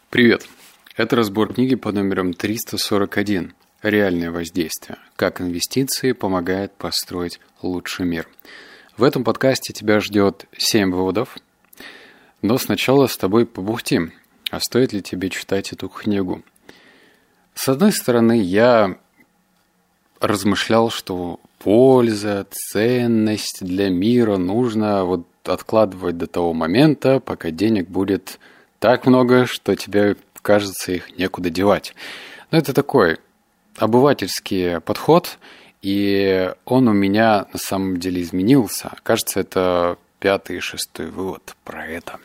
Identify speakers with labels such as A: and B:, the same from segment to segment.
A: Привет! Это разбор книги под номером 341 «Реальное воздействие. Как инвестиции помогают построить лучший мир». В этом подкасте тебя ждет 7 выводов, но сначала с тобой побухтим, а стоит ли тебе читать эту книгу. С одной стороны, я размышлял, что польза, ценность для мира нужно откладывать до того момента, пока денег будет так много, что тебе кажется их некуда девать. Но это такой обывательский подход, и он у меня на самом деле изменился. Кажется, это 5-й и 6-й вывод про это.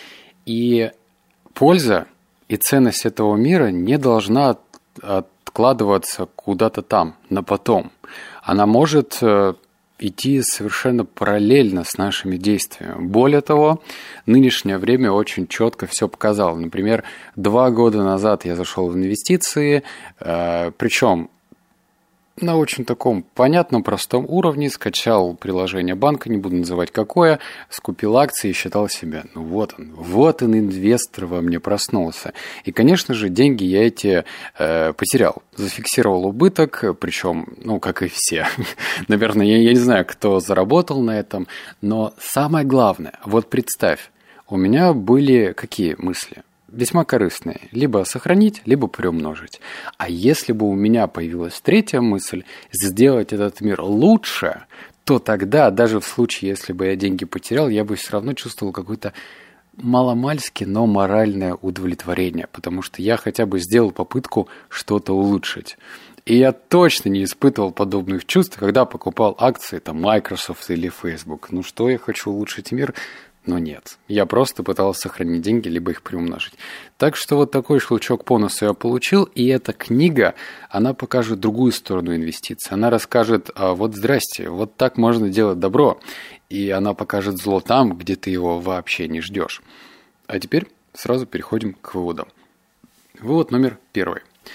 A: И польза и ценность этого мира не должна откладываться куда-то там, на потом. Она может идти совершенно параллельно с нашими действиями. Более того, нынешнее время очень четко все показало. Например, 2 года назад я зашел в инвестиции, причем на очень таком понятном, простом уровне, скачал приложение банка, не буду называть какое, скупил акции и считал себя, вот он, инвестор во мне проснулся. И, конечно же, деньги я эти потерял, зафиксировал убыток, причем, как и все. Наверное, я не знаю, кто заработал на этом, но самое главное, представь, у меня были какие мысли? Весьма корыстные. Либо сохранить, либо приумножить. А если бы у меня появилась третья мысль, сделать этот мир лучше, то тогда, даже в случае, если бы я деньги потерял, я бы все равно чувствовал какое-то маломальски, но моральное удовлетворение, потому что я хотя бы сделал попытку что-то улучшить. И я точно не испытывал подобных чувств, когда покупал акции Microsoft или Facebook. Что я хочу улучшить мир? Но нет, я просто пытался сохранить деньги, либо их приумножить. Так что такой щелчок по носу я получил, и эта книга, она покажет другую сторону инвестиций. Она расскажет, здрасте, так можно делать добро, и она покажет зло там, где ты его вообще не ждешь. А теперь сразу переходим к выводам. Вывод номер 1.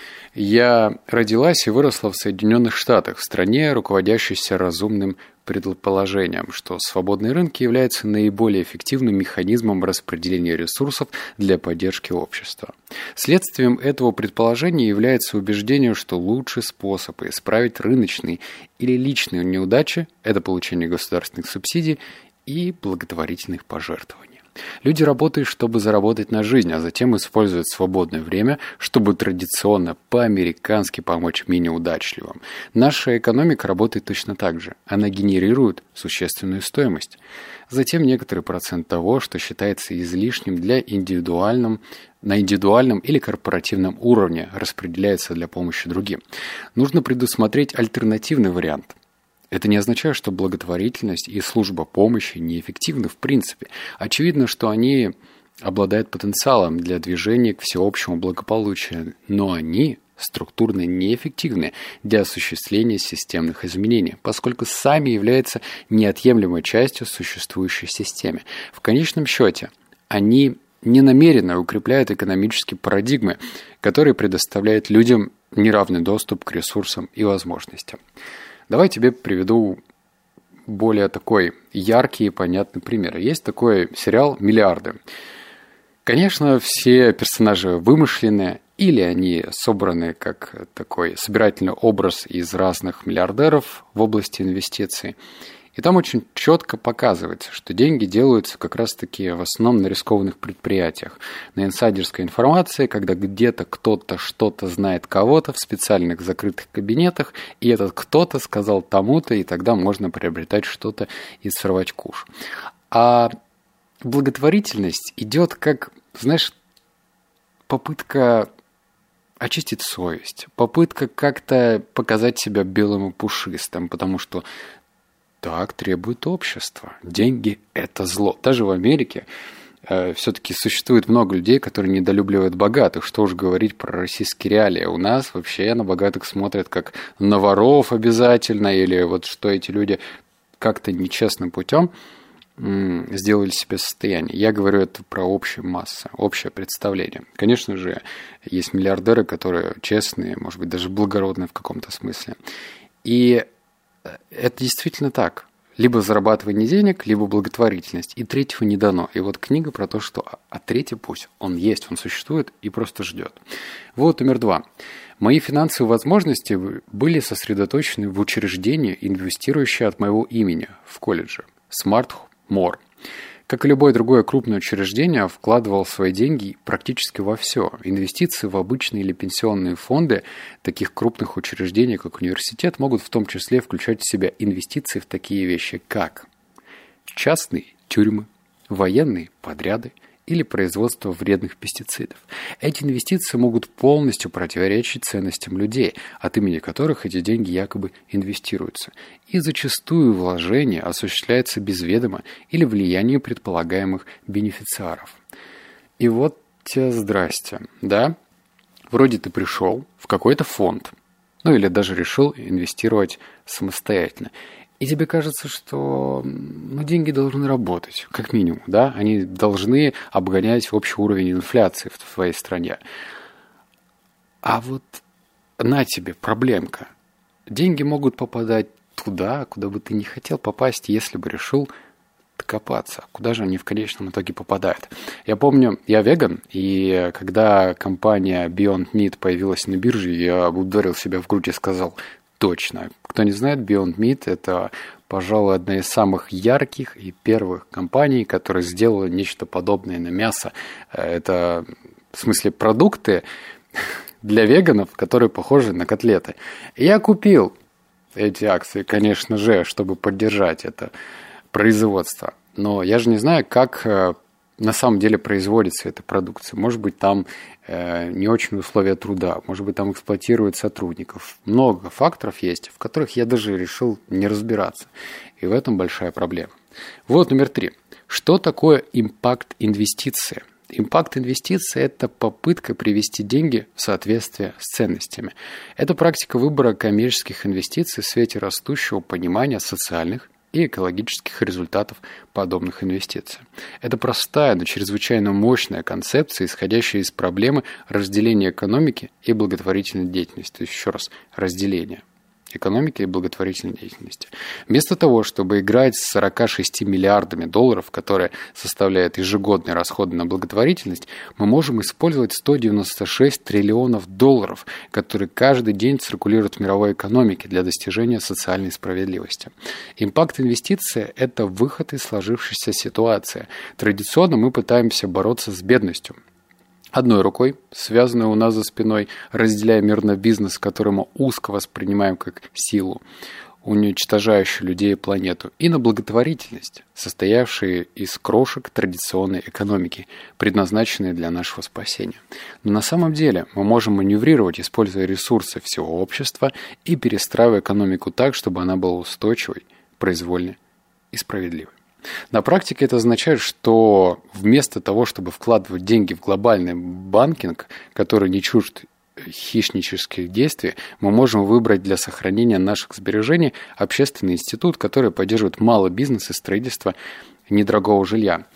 A: Я родилась и выросла в Соединенных Штатах, в стране, руководящейся разумным предположением, что свободные рынки являются наиболее эффективным механизмом распределения ресурсов для поддержки общества. Следствием этого предположения является убеждение, что лучший способ исправить рыночные или личные неудачи – это получение государственных субсидий и благотворительных пожертвований. Люди работают, чтобы заработать на жизнь, а затем используют свободное время, чтобы традиционно по-американски помочь менее удачливым. Наша экономика работает точно так же. Она генерирует существенную стоимость. Затем некоторый процент того, что считается излишним на индивидуальном или корпоративном уровне, распределяется для помощи другим. Нужно предусмотреть альтернативный вариант. Это не означает, что благотворительность и служба помощи неэффективны в принципе. Очевидно, что они обладают потенциалом для движения к всеобщему благополучию, но они структурно неэффективны для осуществления системных изменений, поскольку сами являются неотъемлемой частью существующей системы. В конечном счете, они ненамеренно укрепляют экономические парадигмы, которые предоставляют людям неравный доступ к ресурсам и возможностям. Давай тебе приведу более такой яркий и понятный пример. Есть такой сериал «Миллиарды». Конечно, все персонажи вымышленные, или они собраны как такой собирательный образ из разных миллиардеров в области инвестиций. И там очень четко показывается, что деньги делаются как раз-таки в основном на рискованных предприятиях, на инсайдерской информации, когда где-то кто-то что-то знает кого-то в специальных закрытых кабинетах, и этот кто-то сказал тому-то, и тогда можно приобретать что-то и сорвать куш. А благотворительность идет как, попытка очистить совесть, попытка как-то показать себя белым и пушистым, потому что так требует общество. Деньги – это зло. Даже в Америке все-таки существует много людей, которые недолюбливают богатых. Что уж говорить про российские реалии. У нас вообще на богатых смотрят как на воров обязательно, или что эти люди как-то нечестным путем сделали себе состояние. Я говорю это про общую массу, общее представление. Конечно же, есть миллиардеры, которые честные, может быть, даже благородные в каком-то смысле. И это действительно так. Либо зарабатывание денег, либо благотворительность. И третьего не дано. И вот книга про то, что третий путь, он есть, он существует и просто ждет. Вот номер 2. Мои финансовые возможности были сосредоточены в учреждении, инвестирующее от моего имени в колледже. Smart More. Как и любое другое крупное учреждение, вкладывал свои деньги практически во все. Инвестиции в обычные или пенсионные фонды таких крупных учреждений, как университет, могут в том числе включать в себя инвестиции в такие вещи, как частные тюрьмы, военные подряды или производство вредных пестицидов. Эти инвестиции могут полностью противоречить ценностям людей, от имени которых эти деньги якобы инвестируются. И зачастую вложение осуществляется без ведома или влияния предполагаемых бенефициаров. И вот тебе здрасте, да? Вроде ты пришел в какой-то фонд, или даже решил инвестировать самостоятельно. И тебе кажется, что деньги должны работать, как минимум, да? Они должны обгонять общий уровень инфляции в твоей стране. А вот на тебе проблемка. Деньги могут попадать туда, куда бы ты не хотел попасть, если бы решил докопаться. Куда же они в конечном итоге попадают? Я помню, я веган, и когда компания Beyond Meat появилась на бирже, я ударил себя в грудь и сказал: точно. Кто не знает, Beyond Meat – это, пожалуй, одна из самых ярких и первых компаний, которая сделала нечто подобное на мясо. Это, в смысле, продукты для веганов, которые похожи на котлеты. И я купил эти акции, конечно же, чтобы поддержать это производство. Но я же не знаю, как на самом деле производится эта продукция. Может быть, там не очень условия труда, может быть, там эксплуатируют сотрудников. Много факторов есть, в которых я даже решил не разбираться. И в этом большая проблема. Вот номер 3. Что такое импакт-инвестиции? Импакт-инвестиции – это попытка привести деньги в соответствие с ценностями. Это практика выбора коммерческих инвестиций в свете растущего понимания социальных и экологических результатов подобных инвестиций. Это простая, но чрезвычайно мощная концепция, исходящая из проблемы разделения экономики и благотворительной деятельности. То есть, еще раз, разделение экономики и благотворительной деятельности. Вместо того, чтобы играть с 46 миллиардами долларов, которые составляют ежегодные расходы на благотворительность, мы можем использовать 196 триллионов долларов, которые каждый день циркулируют в мировой экономике для достижения социальной справедливости. Импакт-инвестиция – это выход из сложившейся ситуации. Традиционно мы пытаемся бороться с бедностью. Одной рукой, связанной у нас за спиной, разделяя мирно бизнес, который мы узко воспринимаем как силу, уничтожающую людей и планету, и на благотворительность, состоявшие из крошек традиционной экономики, предназначенной для нашего спасения. Но на самом деле мы можем маневрировать, используя ресурсы всего общества и перестраивая экономику так, чтобы она была устойчивой, произвольной и справедливой. На практике это означает, что вместо того, чтобы вкладывать деньги в глобальный банкинг, который не чужд хищнических действий, мы можем выбрать для сохранения наших сбережений общественный институт, который поддерживает малый бизнес и строительство недорогого жилья.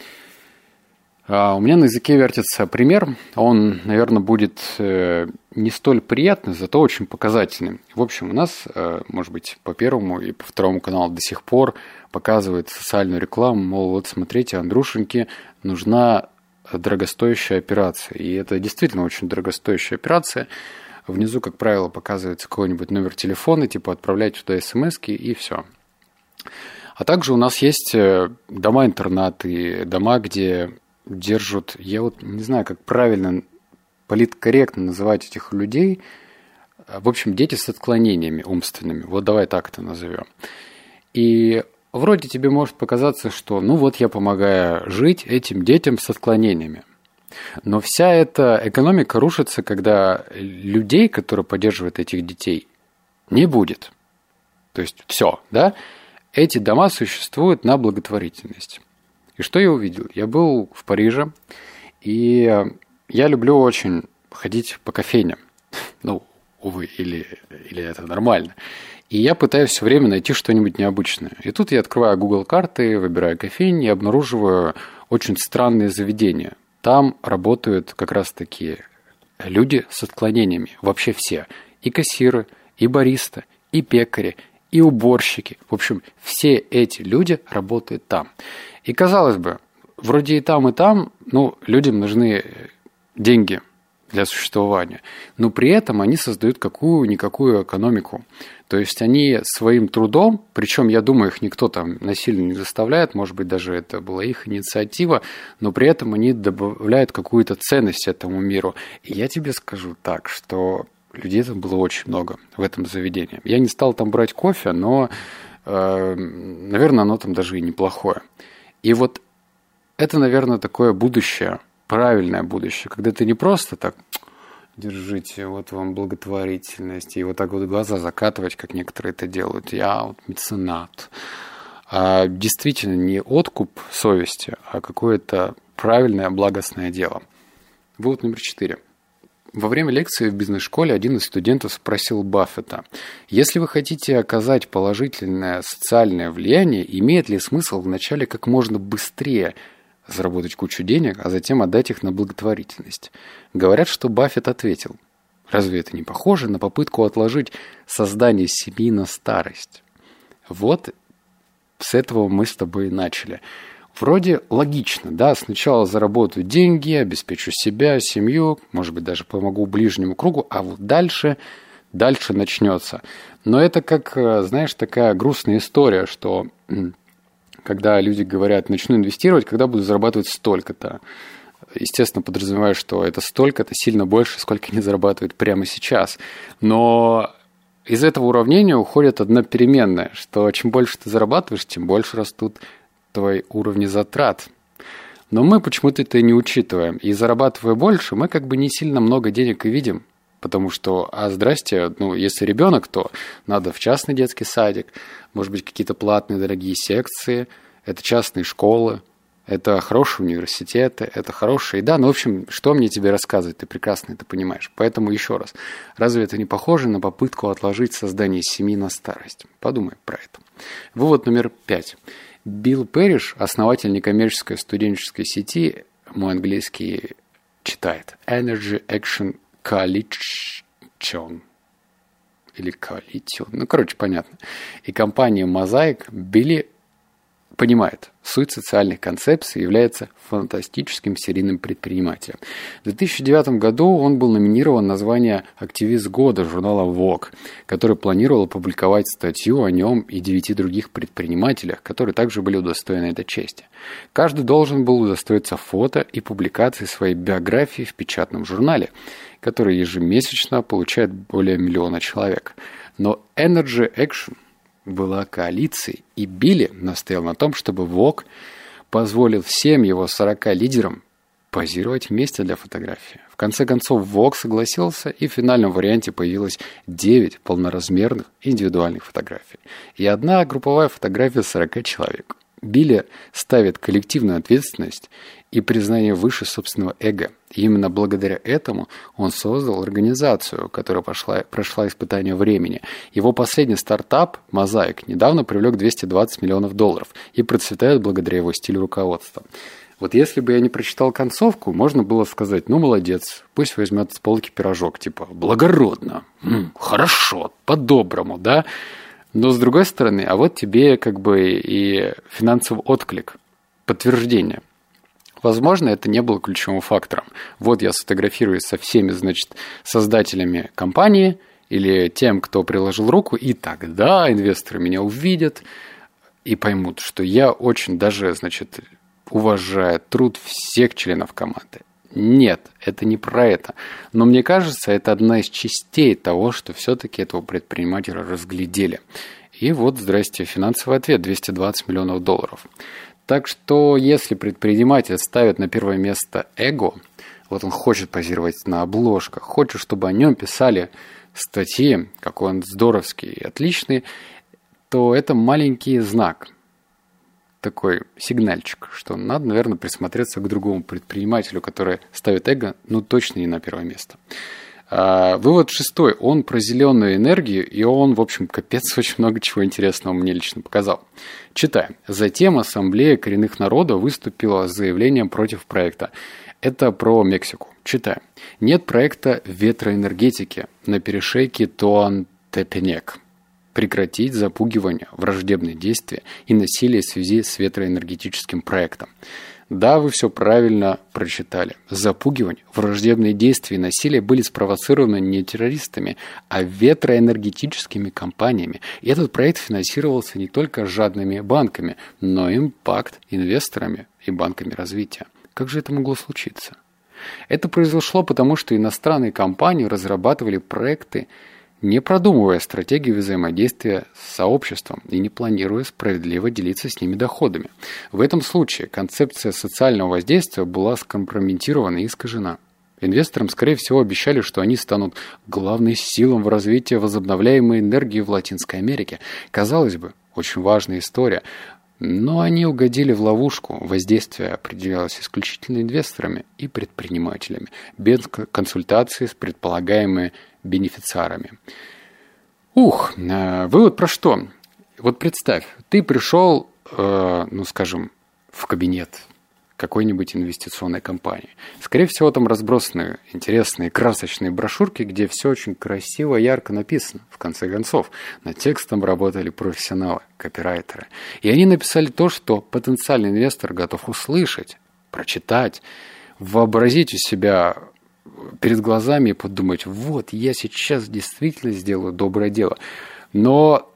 A: У меня на языке вертится пример, он, наверное, будет не столь приятный, зато очень показательный. В общем, у нас, может быть, по первому и по второму каналу до сих пор показывают социальную рекламу, мол, вот смотрите, Андрушеньке нужна дорогостоящая операция. И это действительно очень дорогостоящая операция. Внизу, как правило, показывается какой-нибудь номер телефона, типа отправляйте туда смс-ки и все. А также у нас есть дома-интернаты, дома, где держат, я вот не знаю, как правильно, политкорректно называть этих людей, в общем, дети с отклонениями умственными, вот давай так это назовем. И вроде тебе может показаться, что ну вот я помогаю жить этим детям с отклонениями. Но вся эта экономика рушится, когда людей, которые поддерживают этих детей, не будет. То есть все, да? Эти дома существуют на благотворительность. И что я увидел? Я был в Париже, и я люблю очень ходить по кофейням. Ну, увы, или это нормально. И я пытаюсь все время найти что-нибудь необычное. И тут я открываю Google карты, выбираю кофейни и обнаруживаю очень странные заведения. Там работают как раз такие люди с отклонениями. Вообще все. И кассиры, и бариста, и пекари, и уборщики. В общем, все эти люди работают там. И казалось бы, вроде и там, людям нужны деньги для существования. Но при этом они создают какую-никакую экономику. То есть они своим трудом, причем, я думаю, их никто там насильно не заставляет, может быть, даже это была их инициатива, но при этом они добавляют какую-то ценность этому миру. И я тебе скажу так, что людей там было очень много в этом заведении. Я не стал там брать кофе, но, наверное, оно там даже и неплохое. И вот это, наверное, такое будущее, правильное будущее, когда ты не просто так держите, вот вам благотворительность, и вот так вот глаза закатывать, как некоторые это делают. Я вот меценат. А действительно не откуп совести, а какое-то правильное, благостное дело. Вывод номер 4. Во время лекции в бизнес-школе один из студентов спросил Баффета: если вы хотите оказать положительное социальное влияние, имеет ли смысл вначале как можно быстрее заработать кучу денег, а затем отдать их на благотворительность? Говорят, что Баффет ответил: разве это не похоже на попытку отложить создание семьи на старость? Вот с этого мы с тобой и начали. Вроде логично, да, сначала заработаю деньги, обеспечу себя, семью, может быть, даже помогу ближнему кругу, а вот дальше начнется. Но это как, знаешь, такая грустная история, что когда люди говорят, начну инвестировать, когда буду зарабатывать столько-то. Естественно, подразумеваю, что это столько-то сильно больше, сколько они зарабатывают прямо сейчас. Но из этого уравнения уходит одна переменная, что чем больше ты зарабатываешь, тем больше растут твои уровни затрат. Но мы почему-то это не учитываем. И зарабатывая больше, мы как бы не сильно много денег и видим. Потому что, здрасте, если ребенок, то надо в частный детский садик, может быть, какие-то платные дорогие секции, это частные школы, это хорошие университеты, это хорошая еда. В общем, что мне тебе рассказывать, ты прекрасно это понимаешь. Поэтому еще раз, разве это не похоже на попытку отложить создание семьи на старость? Подумай про это. Вывод номер 5. Билл Пэриш, основатель некоммерческой студенческой сети, мой английский читает, Energy Action Coalition или Coalition, понятно. И компания Mosaic Билли понимает, суть социальных концепций является фантастическим серийным предпринимателем. В 2009 году он был номинирован на звание «Активист года» журнала Vogue, который планировал опубликовать статью о нем и 9 других предпринимателях, которые также были удостоены этой чести. Каждый должен был удостоиться фото и публикации своей биографии в печатном журнале, который ежемесячно получает более 1 миллиона человек. Но Energy Action была коалицией, и Билли настоял на том, чтобы Vogue позволил всем его 40 лидерам позировать вместе для фотографии. В конце концов, Vogue согласился, и в финальном варианте появилось 9 полноразмерных индивидуальных фотографий и одна групповая фотография 40 человек. Билли ставит коллективную ответственность и признание выше собственного эго. И именно благодаря этому он создал организацию, которая прошла испытание времени. Его последний стартап, Mosaic, недавно привлек $220 миллионов и процветает благодаря его стилю руководства. Вот если бы я не прочитал концовку, можно было сказать: молодец, пусть возьмет с полки пирожок, благородно, хорошо, по-доброму, да? Но с другой стороны, а вот тебе и финансовый отклик, подтверждение. Возможно, это не было ключевым фактором. Вот я сфотографируюсь со всеми, создателями компании или тем, кто приложил руку, и тогда инвесторы меня увидят и поймут, что я очень даже, уважаю труд всех членов команды. Нет, это не про это. Но мне кажется, это одна из частей того, что все-таки этого предпринимателя разглядели. И вот, здрасте, финансовый ответ $220 миллионов. Так что, если предприниматель ставит на первое место эго, вот он хочет позировать на обложках, хочет, чтобы о нем писали статьи, какой он здоровский и отличный, то это маленький знак, такой сигнальчик, что надо, наверное, присмотреться к другому предпринимателю, который ставит эго, точно не на первое место. Вывод 6. Он про зеленую энергию, и он, в общем, капец, очень много чего интересного мне лично показал. Читаем. Затем Ассамблея коренных народов выступила с заявлением против проекта. Это про Мексику. Читаем. Нет проекта ветроэнергетики на перешейке Тоантепенек. прекратить запугивание, враждебные действия и насилие в связи с ветроэнергетическим проектом. Да, вы все правильно прочитали. Запугивание, враждебные действия и насилие были спровоцированы не террористами, а ветроэнергетическими компаниями. И этот проект финансировался не только жадными банками, но и импакт-инвесторами и банками развития. Как же это могло случиться? Это произошло потому, что иностранные компании разрабатывали проекты, не продумывая стратегию взаимодействия с сообществом и не планируя справедливо делиться с ними доходами. В этом случае концепция социального воздействия была скомпрометирована и искажена. Инвесторам, скорее всего, обещали, что они станут главной силой в развитии возобновляемой энергии в Латинской Америке. Казалось бы, очень важная история, но они угодили в ловушку. Воздействие определялось исключительно инвесторами и предпринимателями, без консультации с предполагаемыми бенефициарами. Вывод про что? Вот представь, ты пришел, в кабинет какой-нибудь инвестиционной компании. Скорее всего, там разбросаны интересные красочные брошюрки, где все очень красиво, ярко написано. В конце концов, над текстом работали профессионалы, копирайтеры. И они написали то, что потенциальный инвестор готов услышать, прочитать, вообразить у себя перед глазами и подумать, вот, я сейчас действительно сделаю доброе дело. Но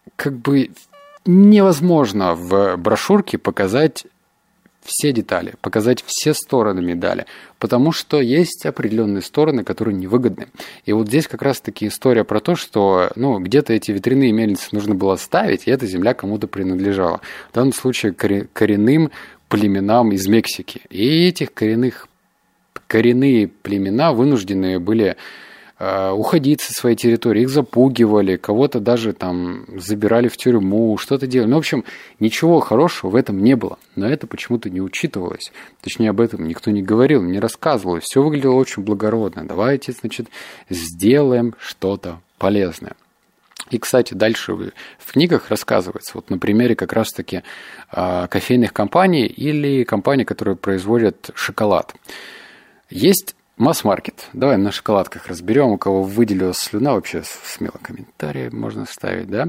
A: невозможно в брошюрке показать все детали, показать все стороны медали, потому что есть определенные стороны, которые невыгодны. И вот здесь как раз-таки история про то, что где-то эти ветряные мельницы нужно было ставить, и эта земля кому-то принадлежала. В данном случае коренным племенам из Мексики. И этих коренные племена вынуждены были уходить со своей территории, их запугивали, кого-то даже там забирали в тюрьму, что-то делали. В общем, ничего хорошего в этом не было, но это почему-то не учитывалось. Точнее, об этом никто не говорил, не рассказывал. Все выглядело очень благородно. Давайте, сделаем что-то полезное. И, кстати, дальше в книгах рассказывается, вот на примере как раз-таки кофейных компаний или компаний, которые производят шоколад. Есть масс-маркет. Давай на шоколадках разберем, у кого выделилась слюна, вообще смело комментарии можно ставить, да?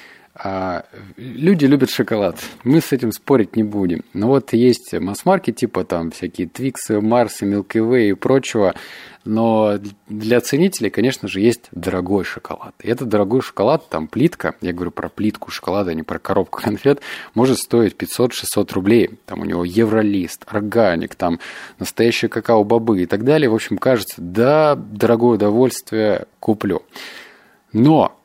A: Люди любят шоколад, мы с этим спорить не будем. Но вот есть масс-маркет, типа там всякие Твиксы, Марсы, Milky Way и прочего. Но для ценителей, конечно же, есть дорогой шоколад. И этот дорогой шоколад, там плитка, я говорю про плитку шоколада, а не про коробку конфет, может стоить 500-600 рублей. Там у него евролист, органик, там настоящие какао-бобы и так далее. В общем, кажется, да, дорогое удовольствие куплю. Но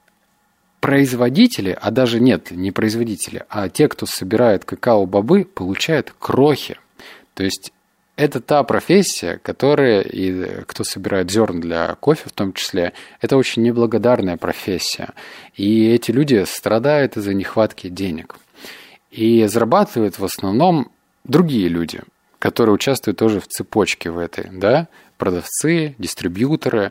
A: производители, а даже нет, не производители, а те, кто собирает какао-бобы, получают крохи. То есть это та профессия, которая, и кто собирает зерна для кофе в том числе, это очень неблагодарная профессия. И эти люди страдают из-за нехватки денег. И зарабатывают в основном другие люди, которые участвуют тоже в цепочке в этой, да, продавцы, дистрибьюторы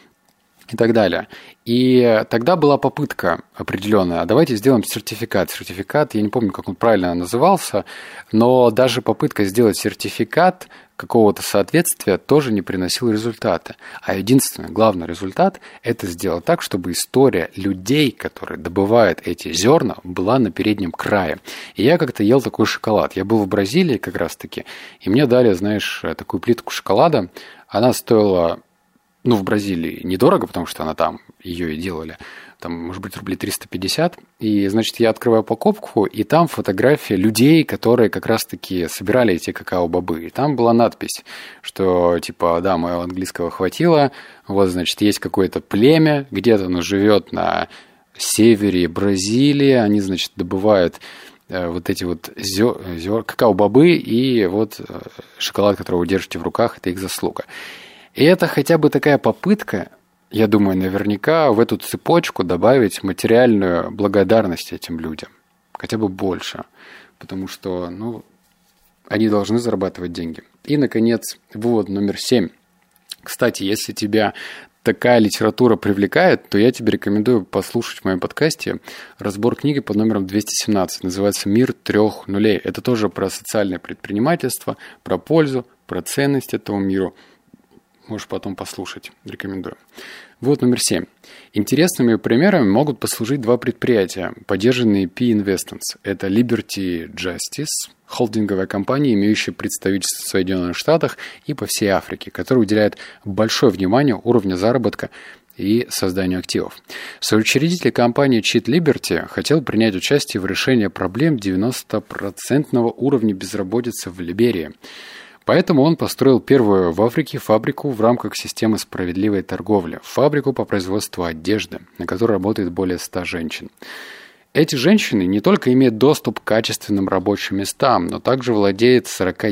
A: и так далее. И тогда была попытка определенная, а давайте сделаем сертификат. Сертификат, я не помню, как он правильно назывался, но даже попытка сделать сертификат какого-то соответствия тоже не приносила результата. А единственный, главный результат – это сделать так, чтобы история людей, которые добывают эти зерна, была на переднем крае. И я как-то ел такой шоколад. Я был в Бразилии как раз-таки, и мне дали, знаешь, такую плитку шоколада. Она стоила... в Бразилии недорого, потому что она там, ее и делали, там, может быть, рублей 350. И, значит, я открываю упаковку, и там фотография людей, которые как раз-таки собирали эти какао-бобы. И там была надпись, что, типа, да, моего английского хватило, вот, значит, есть какое-то племя, где-то оно живет на севере Бразилии, они, значит, добывают вот эти вот какао-бобы, и вот шоколад, который вы держите в руках, это их заслуга. И это хотя бы такая попытка, я думаю, наверняка в эту цепочку добавить материальную благодарность этим людям. Хотя бы больше. Потому что, они должны зарабатывать деньги. И, наконец, вывод номер 7. Кстати, если тебя такая литература привлекает, то я тебе рекомендую послушать в моем подкасте разбор книги под номером 217. Называется «Мир 3 нулей». Это тоже про социальное предпринимательство, про пользу, про ценность этому миру. Можешь потом послушать. Рекомендую. Вот номер 7. Интересными примерами могут послужить два предприятия, поддержанные P-Investments. Это Liberty Justice, холдинговая компания, имеющая представительство в Соединенных Штатах и по всей Африке, которая уделяет большое внимание уровню заработка и созданию активов. Соучредитель компании Cheat Liberty хотел принять участие в решении проблем 90% уровня безработицы в Либерии. Поэтому он построил первую в Африке фабрику в рамках системы справедливой торговли, фабрику по производству одежды, на которой работает более 100 женщин. Эти женщины не только имеют доступ к качественным рабочим местам, но также владеют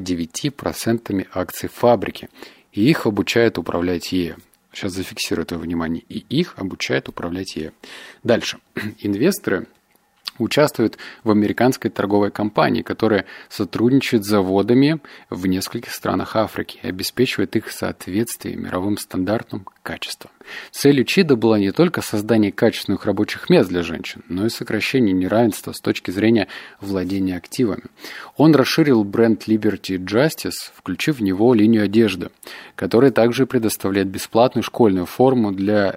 A: 49% акций фабрики, и их обучают управлять ею. Сейчас зафиксирую это внимание. И их обучают управлять ею. Дальше. Инвесторы участвуют в американской торговой компании, которая сотрудничает с заводами в нескольких странах Африки и обеспечивает их соответствие мировым стандартам качества. Целью ЧИДа было не только создание качественных рабочих мест для женщин, но и сокращение неравенства с точки зрения владения активами. Он расширил бренд Liberty Justice, включив в него линию одежды, которая также предоставляет бесплатную школьную форму для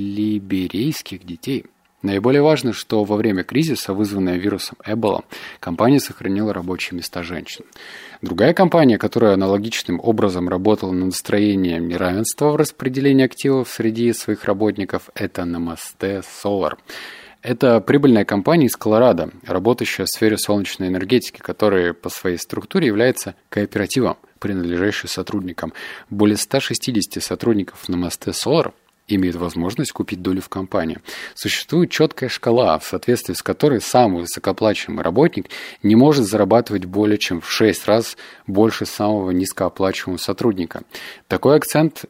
A: либерийских детей. Наиболее важно, что во время кризиса, вызванного вирусом Эбола, компания сохранила рабочие места женщин. Другая компания, которая аналогичным образом работала над настроением неравенства в распределении активов среди своих работников, это Namaste Solar. Это прибыльная компания из Колорадо, работающая в сфере солнечной энергетики, которая по своей структуре является кооперативом, принадлежащим сотрудникам. Более 160 сотрудников Namaste Solar имеют возможность купить долю в компании. Существует четкая шкала, в соответствии с которой самый высокооплачиваемый работник не может зарабатывать более чем в 6 раз больше самого низкооплачиваемого сотрудника. Такой акцент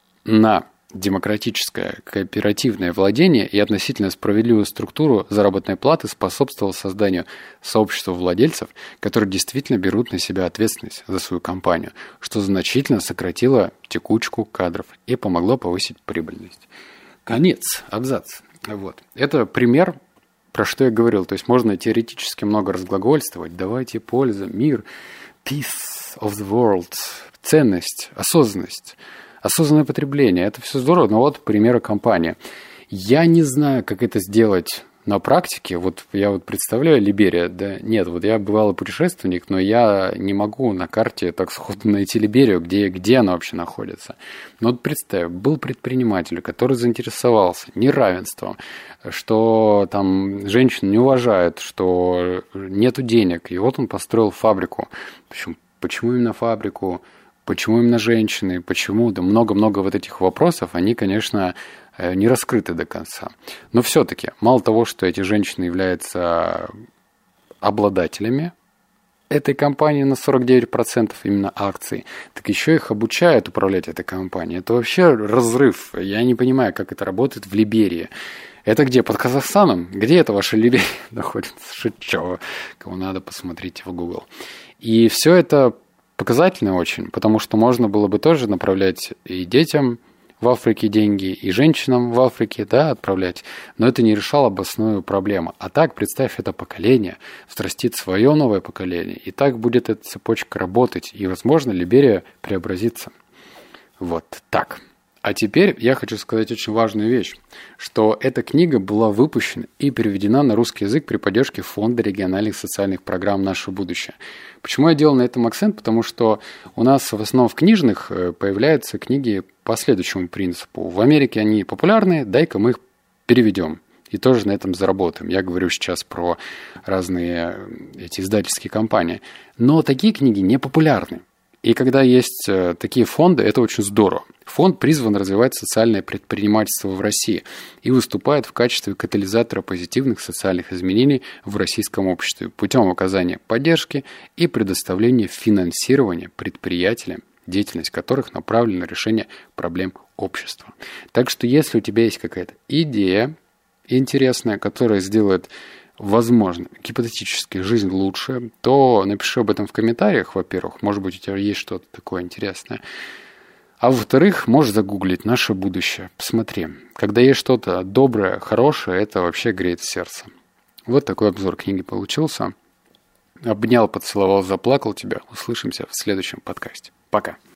A: на демократическое кооперативное владение и относительно справедливую структуру заработной платы способствовал созданию сообщества владельцев, которые действительно берут на себя ответственность за свою компанию, что значительно сократило текучку кадров и помогло повысить прибыльность. Конец, абзац. Вот. Это пример, про что я говорил. То есть можно теоретически много разглагольствовать. Давайте польза, мир, peace of the world, ценность, осознанность. Осознанное потребление, это все здорово, но вот примеры компании. Я не знаю, как это сделать на практике. Вот я вот представляю Либерия, да нет, вот я бывалый путешественник, но я не могу на карте так сходу найти Либерию, где она вообще находится. Но вот представь, был предприниматель, который заинтересовался неравенством, что там женщин не уважают, что нету денег, и вот он построил фабрику. Почему именно фабрику? Почему именно женщины? Почему? Да много-много вот этих вопросов, они, конечно, не раскрыты до конца. Но все-таки, мало того, что эти женщины являются обладателями этой компании на 49% именно акций, так еще их обучают управлять этой компанией. Это вообще разрыв. Я не понимаю, как это работает в Либерии. Это где? Под Казахстаном? Где это ваша Либерия находится? Шучу. Кому надо, посмотрите в Google. И все это показательно очень, потому что можно было бы тоже направлять и детям в Африке деньги, и женщинам в Африке, да, отправлять, но это не решало бы основную проблему. А так, представь, это поколение взрастит свое новое поколение, и так будет эта цепочка работать, и, возможно, Либерия преобразится. Вот так. А теперь я хочу сказать очень важную вещь, что эта книга была выпущена и переведена на русский язык при поддержке Фонда региональных социальных программ «Наше будущее». Почему я делал на этом акцент? Потому что у нас в основном в книжных появляются книги по следующему принципу. В Америке они популярны, дай-ка мы их переведем. И тоже на этом заработаем. Я говорю сейчас про разные эти издательские компании. Но такие книги не популярны. И когда есть такие фонды, это очень здорово. Фонд призван развивать социальное предпринимательство в России и выступает в качестве катализатора позитивных социальных изменений в российском обществе путем оказания поддержки и предоставления финансирования предприятиям, деятельность которых направлена на решение проблем общества. Так что если у тебя есть какая-то идея интересная, которая сделает, возможно, гипотетически жизнь лучше, то напиши об этом в комментариях, во-первых. Может быть, у тебя есть что-то такое интересное. А во-вторых, можешь загуглить «Наше будущее». Посмотри. Когда есть что-то доброе, хорошее, это вообще греет сердце. Вот такой обзор книги получился. Обнял, поцеловал, заплакал тебя. Услышимся в следующем подкасте. Пока.